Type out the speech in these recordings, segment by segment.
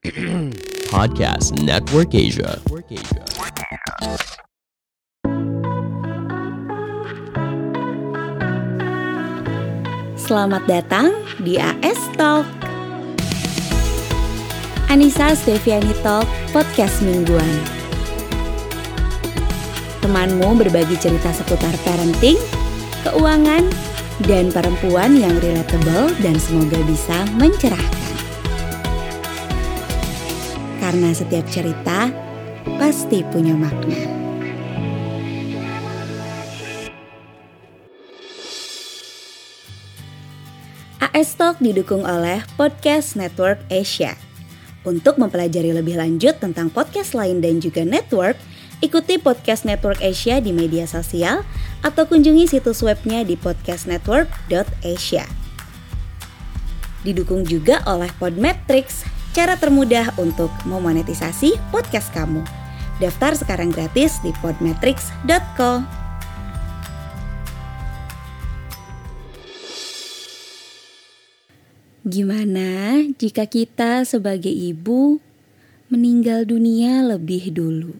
Podcast Network Asia. Selamat datang di AS Talk. Anissa Steviani Talk, podcast mingguan. Temanmu berbagi cerita seputar parenting, keuangan, dan perempuan yang relatable dan semoga bisa mencerahkan. Karena setiap cerita pasti punya makna. AS Talk didukung oleh Podcast Network Asia. Untuk mempelajari lebih lanjut tentang podcast lain dan juga network, ikuti Podcast Network Asia di media sosial atau kunjungi situs webnya di podcastnetwork.asia. Didukung juga oleh Podmetrics, cara termudah untuk memonetisasi podcast kamu. Daftar sekarang gratis di podmetrics.co. Gimana jika kita sebagai ibu meninggal dunia lebih dulu?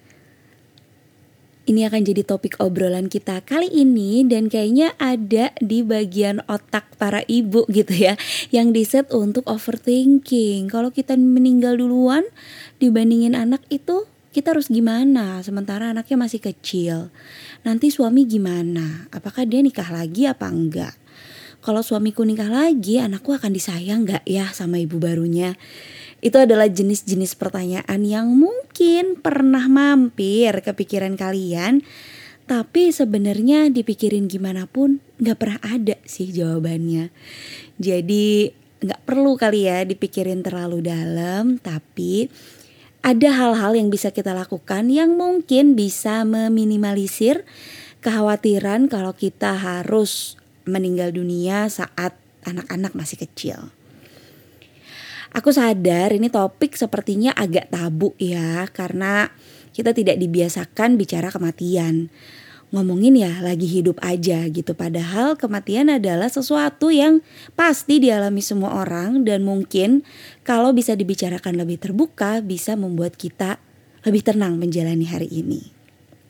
Ini akan jadi topik obrolan kita kali ini dan kayaknya ada di bagian otak para ibu gitu ya, yang diset untuk overthinking. Kalau kita meninggal duluan dibandingin anak itu, kita harus gimana? Sementara anaknya masih kecil. Nanti suami gimana? Apakah dia nikah lagi apa enggak? Kalau suamiku nikah lagi, anakku akan disayang gak ya sama ibu barunya? Itu adalah jenis-jenis pertanyaan yang mungkin pernah mampir ke pikiran kalian, tapi sebenarnya dipikirin gimana pun gak pernah ada sih jawabannya. Jadi gak perlu kali ya dipikirin terlalu dalam, tapi ada hal-hal yang bisa kita lakukan yang mungkin bisa meminimalisir kekhawatiran kalau kita harus meninggal dunia saat anak-anak masih kecil. Aku sadar ini topik sepertinya agak tabu ya, karena kita tidak dibiasakan bicara kematian. Ngomongin ya lagi hidup aja gitu, padahal kematian adalah sesuatu yang pasti dialami semua orang dan mungkin kalau bisa dibicarakan lebih terbuka bisa membuat kita lebih tenang menjalani hari ini.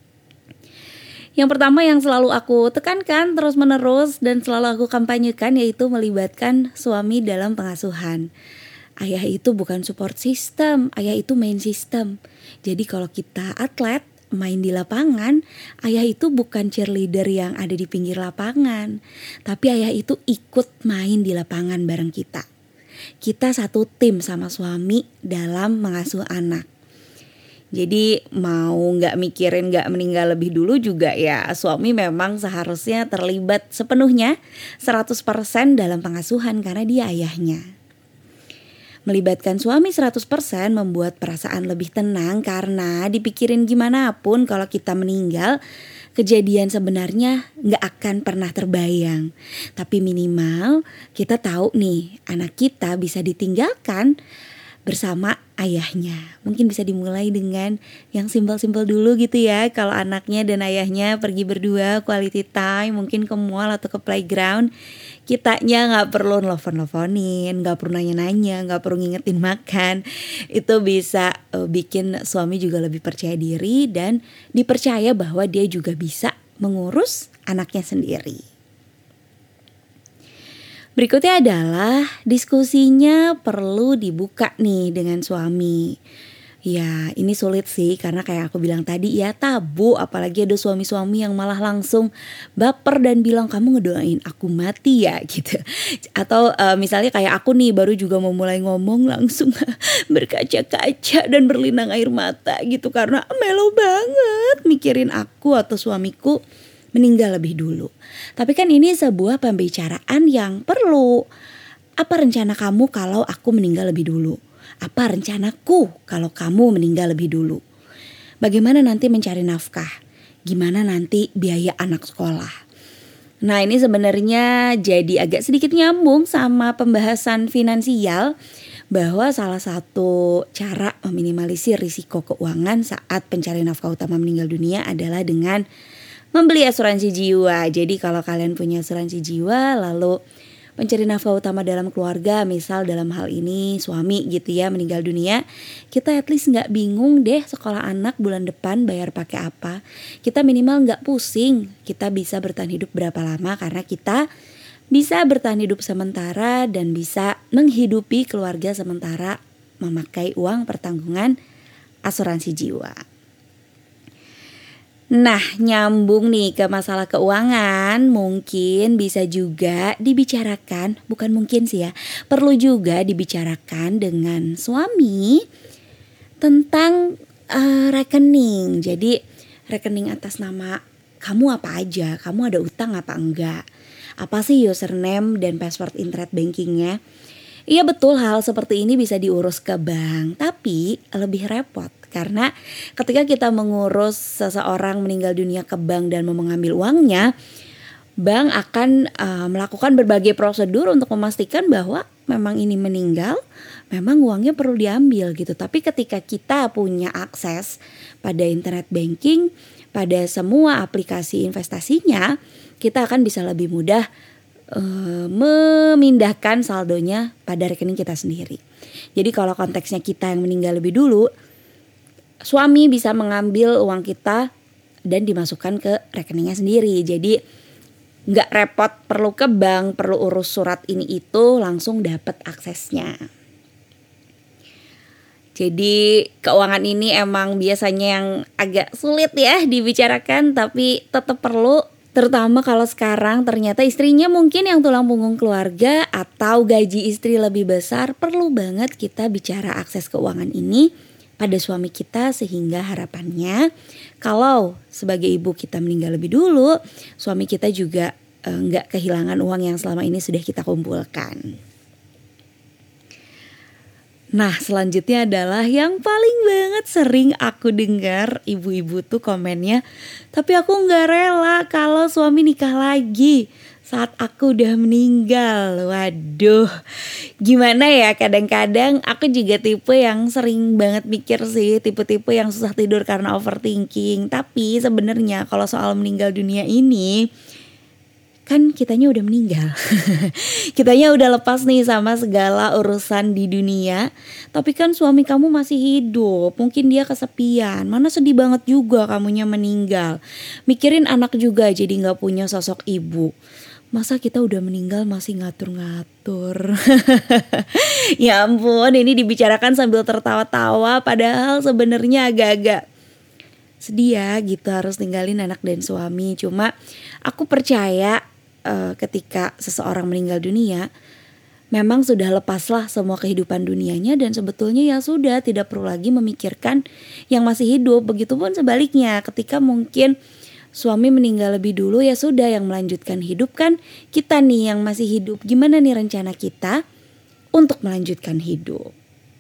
Yang pertama yang selalu aku tekankan terus menerus dan selalu aku kampanyekan yaitu melibatkan suami dalam pengasuhan. Ayah itu bukan support system, ayah itu main system. Jadi kalau kita atlet main di lapangan, ayah itu bukan cheerleader yang ada di pinggir lapangan, tapi ayah itu ikut main di lapangan bareng kita. Kita satu tim sama suami dalam mengasuh anak. Jadi mau gak mikirin gak meninggal lebih dulu juga ya, suami memang seharusnya terlibat sepenuhnya 100% dalam pengasuhan karena dia ayahnya. Melibatkan suami 100% membuat perasaan lebih tenang karena dipikirin gimana pun kalau kita meninggal, kejadian sebenarnya gak akan pernah terbayang. Tapi minimal kita tahu nih anak kita bisa ditinggalkan bersama ayahnya. Mungkin bisa dimulai dengan yang simpel-simpel dulu gitu ya. Kalau anaknya dan ayahnya pergi berdua quality time, mungkin ke mall atau ke playground, kitanya gak perlu nelfon-nelfonin, gak perlu nanya-nanya, gak perlu ngingetin makan. Itu bisa bikin suami juga lebih percaya diri dan dipercaya bahwa dia juga bisa mengurus anaknya sendiri. Berikutnya adalah diskusinya perlu dibuka nih dengan suami. Ya ini sulit sih karena kayak aku bilang tadi ya tabu, apalagi ada suami-suami yang malah langsung baper dan bilang kamu ngedoain aku mati ya gitu. Atau misalnya kayak aku nih baru juga mau mulai ngomong langsung berkaca-kaca dan berlinang air mata gitu karena melo banget mikirin aku atau suamiku meninggal lebih dulu. Tapi kan ini sebuah pembicaraan yang perlu. Apa rencana kamu kalau aku meninggal lebih dulu? Apa rencanaku kalau kamu meninggal lebih dulu? Bagaimana nanti mencari nafkah? Gimana nanti biaya anak sekolah? Nah ini sebenarnya jadi agak sedikit nyambung sama pembahasan finansial, bahwa salah satu cara meminimalisir risiko keuangan saat pencari nafkah utama meninggal dunia adalah dengan membeli asuransi jiwa. Jadi kalau kalian punya asuransi jiwa lalu pencari nafkah utama dalam keluarga, misal dalam hal ini suami gitu ya meninggal dunia, kita at least gak bingung deh sekolah anak bulan depan bayar pakai apa. Kita minimal gak pusing, kita bisa bertahan hidup berapa lama karena kita bisa bertahan hidup sementara dan bisa menghidupi keluarga sementara memakai uang pertanggungan asuransi jiwa. Nah, nyambung nih ke masalah keuangan, mungkin bisa juga dibicarakan, bukan mungkin sih ya, perlu juga dibicarakan dengan suami tentang rekening. Jadi rekening atas nama kamu apa aja, kamu ada utang apa enggak, apa sih username dan password internet bankingnya. Iya betul, hal seperti ini bisa diurus ke bank, tapi lebih repot. Karena ketika kita mengurus seseorang meninggal dunia ke bank dan mau mengambil uangnya, bank akan melakukan berbagai prosedur untuk memastikan bahwa memang ini meninggal, memang uangnya perlu diambil gitu. Tapi ketika kita punya akses pada internet banking, pada semua aplikasi investasinya, kita akan bisa lebih mudah memindahkan saldonya pada rekening kita sendiri. Jadi kalau konteksnya kita yang meninggal lebih dulu, suami bisa mengambil uang kita dan dimasukkan ke rekeningnya sendiri. Jadi gak repot perlu ke bank, perlu urus surat ini itu, langsung dapat aksesnya. Jadi keuangan ini emang biasanya yang agak sulit ya dibicarakan, tapi tetap perlu. Terutama kalau sekarang ternyata istrinya mungkin yang tulang punggung keluarga atau gaji istri lebih besar, perlu banget kita bicara akses keuangan ini pada suami kita, sehingga harapannya kalau sebagai ibu kita meninggal lebih dulu, suami kita juga nggak kehilangan uang yang selama ini sudah kita kumpulkan. Nah, selanjutnya adalah yang paling banget sering aku dengar ibu-ibu tuh komennya, tapi aku nggak rela kalau suami nikah lagi saat aku udah meninggal. Waduh, gimana ya, kadang-kadang aku juga tipe yang sering banget mikir sih, tipe-tipe yang susah tidur karena overthinking. Tapi sebenarnya kalau soal meninggal dunia ini, kan kitanya udah meninggal. Kitanya udah lepas nih sama segala urusan di dunia. Tapi kan suami kamu masih hidup, mungkin dia kesepian. Mana sedih banget juga kamunya meninggal. Mikirin anak juga jadi gak punya sosok ibu. Masa kita udah meninggal masih ngatur-ngatur. Ya ampun, ini dibicarakan sambil tertawa-tawa, padahal sebenarnya agak-agak sedih ya gitu harus tinggalin anak dan suami. Cuma aku percaya ketika seseorang meninggal dunia, memang sudah lepaslah semua kehidupan dunianya, dan sebetulnya ya sudah tidak perlu lagi memikirkan yang masih hidup. Begitupun sebaliknya, ketika mungkin suami meninggal lebih dulu, ya sudah, yang melanjutkan hidup kan kita nih yang masih hidup. Gimana nih rencana kita untuk melanjutkan hidup?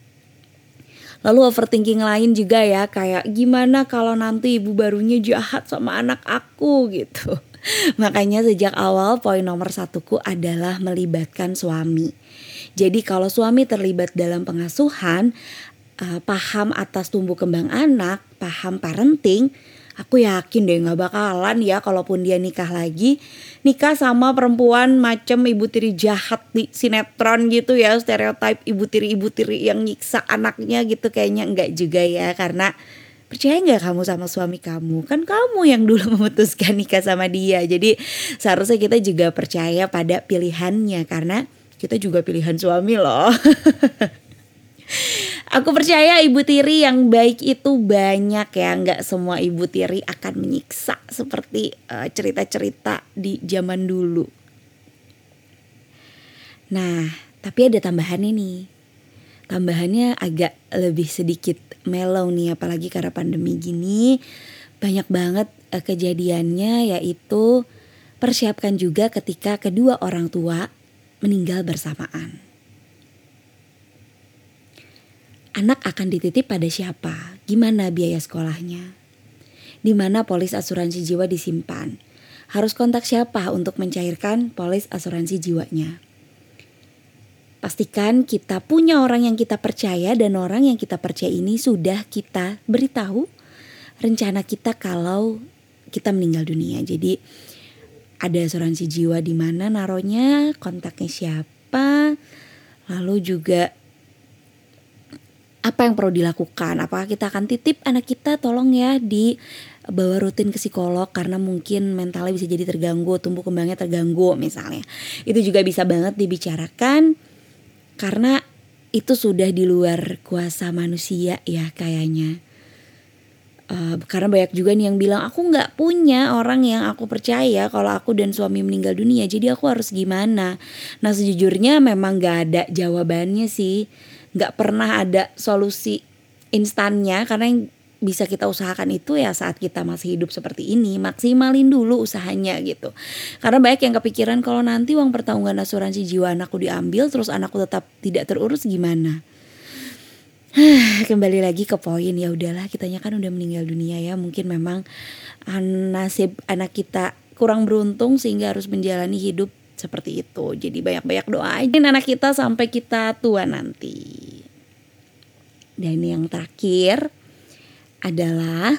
Lalu overthinking lain juga ya, kayak gimana kalau nanti ibu barunya jahat sama anak aku gitu. Makanya sejak awal poin nomor 1ku adalah melibatkan suami. Jadi kalau suami terlibat dalam pengasuhan, paham atas tumbuh kembang anak, paham parenting, aku yakin deh gak bakalan ya kalaupun dia nikah lagi, nikah sama perempuan macam ibu tiri jahat di sinetron gitu ya, stereotip ibu tiri yang nyiksa anaknya gitu. Kayaknya enggak juga ya, karena percaya gak kamu sama suami kamu? Kan kamu yang dulu memutuskan nikah sama dia. Jadi seharusnya kita juga percaya pada pilihannya, karena kita juga pilihan suami loh. Aku percaya ibu tiri yang baik itu banyak ya. Gak semua ibu tiri akan menyiksa seperti cerita-cerita di zaman dulu. Nah, tapi ada tambahannya nih. Tambahannya agak lebih sedikit mellow nih, apalagi karena pandemi gini. Banyak banget kejadiannya, yaitu persiapkan juga ketika kedua orang tua meninggal bersamaan. Anak akan dititip pada siapa? Gimana biaya sekolahnya? Di mana polis asuransi jiwa disimpan? Harus kontak siapa untuk mencairkan polis asuransi jiwanya? Pastikan kita punya orang yang kita percaya, dan orang yang kita percaya ini sudah kita beritahu rencana kita kalau kita meninggal dunia. Jadi ada asuransi jiwa di mana naruhnya, kontaknya siapa, lalu juga apa yang perlu dilakukan. Apakah kita akan titip anak kita, tolong ya dibawa rutin ke psikolog karena mungkin mentalnya bisa jadi terganggu, tumbuh kembangnya terganggu misalnya. Itu juga bisa banget dibicarakan karena itu sudah di luar kuasa manusia ya kayaknya. Karena banyak juga nih yang bilang aku gak punya orang yang aku percaya kalau aku dan suami meninggal dunia, jadi aku harus gimana. Nah sejujurnya memang gak ada jawabannya sih, gak pernah ada solusi instannya. Karena yang bisa kita usahakan itu ya saat kita masih hidup seperti ini, maksimalin dulu usahanya gitu. Karena banyak yang kepikiran kalau nanti uang pertanggungan asuransi jiwa anakku diambil terus anakku tetap tidak terurus gimana. Kembali lagi ke poin, ya udahlah, kitanya kan udah meninggal dunia ya. Mungkin memang nasib anak kita kurang beruntung sehingga harus menjalani hidup seperti itu. Jadi banyak-banyak doain anak kita sampai kita tua nanti. Dan yang terakhir adalah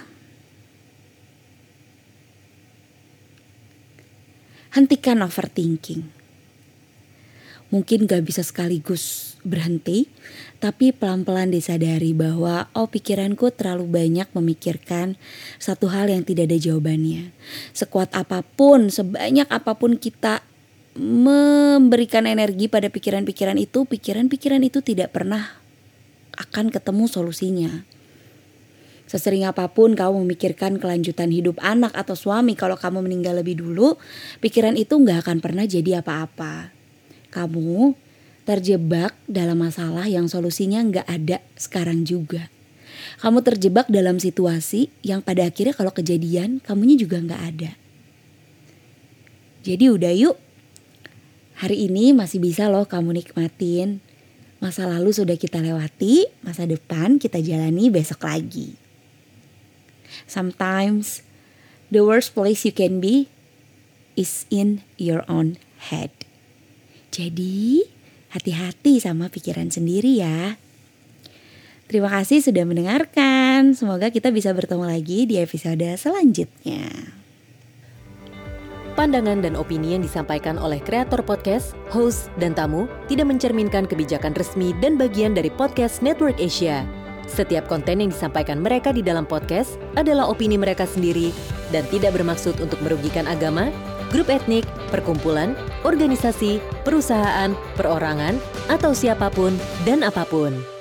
hentikan overthinking. Mungkin gak bisa sekaligus berhenti, tapi pelan-pelan disadari bahwa pikiranku terlalu banyak memikirkan satu hal yang tidak ada jawabannya. Sekuat apapun, sebanyak apapun kita memberikan energi pada pikiran-pikiran itu tidak pernah akan ketemu solusinya. Sesering apapun kamu memikirkan kelanjutan hidup anak atau suami kalau kamu meninggal lebih dulu, pikiran itu gak akan pernah jadi apa-apa. Kamu terjebak dalam masalah yang solusinya gak ada sekarang juga. Kamu terjebak dalam situasi yang pada akhirnya kalau kejadian kamunya juga gak ada. Jadi udah yuk, hari ini masih bisa loh kamu nikmatin. Masa lalu sudah kita lewati, masa depan kita jalani besok lagi. Sometimes the worst place you can be is in your own head. Jadi hati-hati sama pikiran sendiri ya. Terima kasih sudah mendengarkan. Semoga kita bisa bertemu lagi di episode selanjutnya. Pandangan dan opini yang disampaikan oleh kreator podcast, host, dan tamu tidak mencerminkan kebijakan resmi dan bagian dari Podcast Network Asia. Setiap konten yang disampaikan mereka di dalam podcast adalah opini mereka sendiri dan tidak bermaksud untuk merugikan agama, grup etnik, perkumpulan, organisasi, perusahaan, perorangan, atau siapapun dan apapun.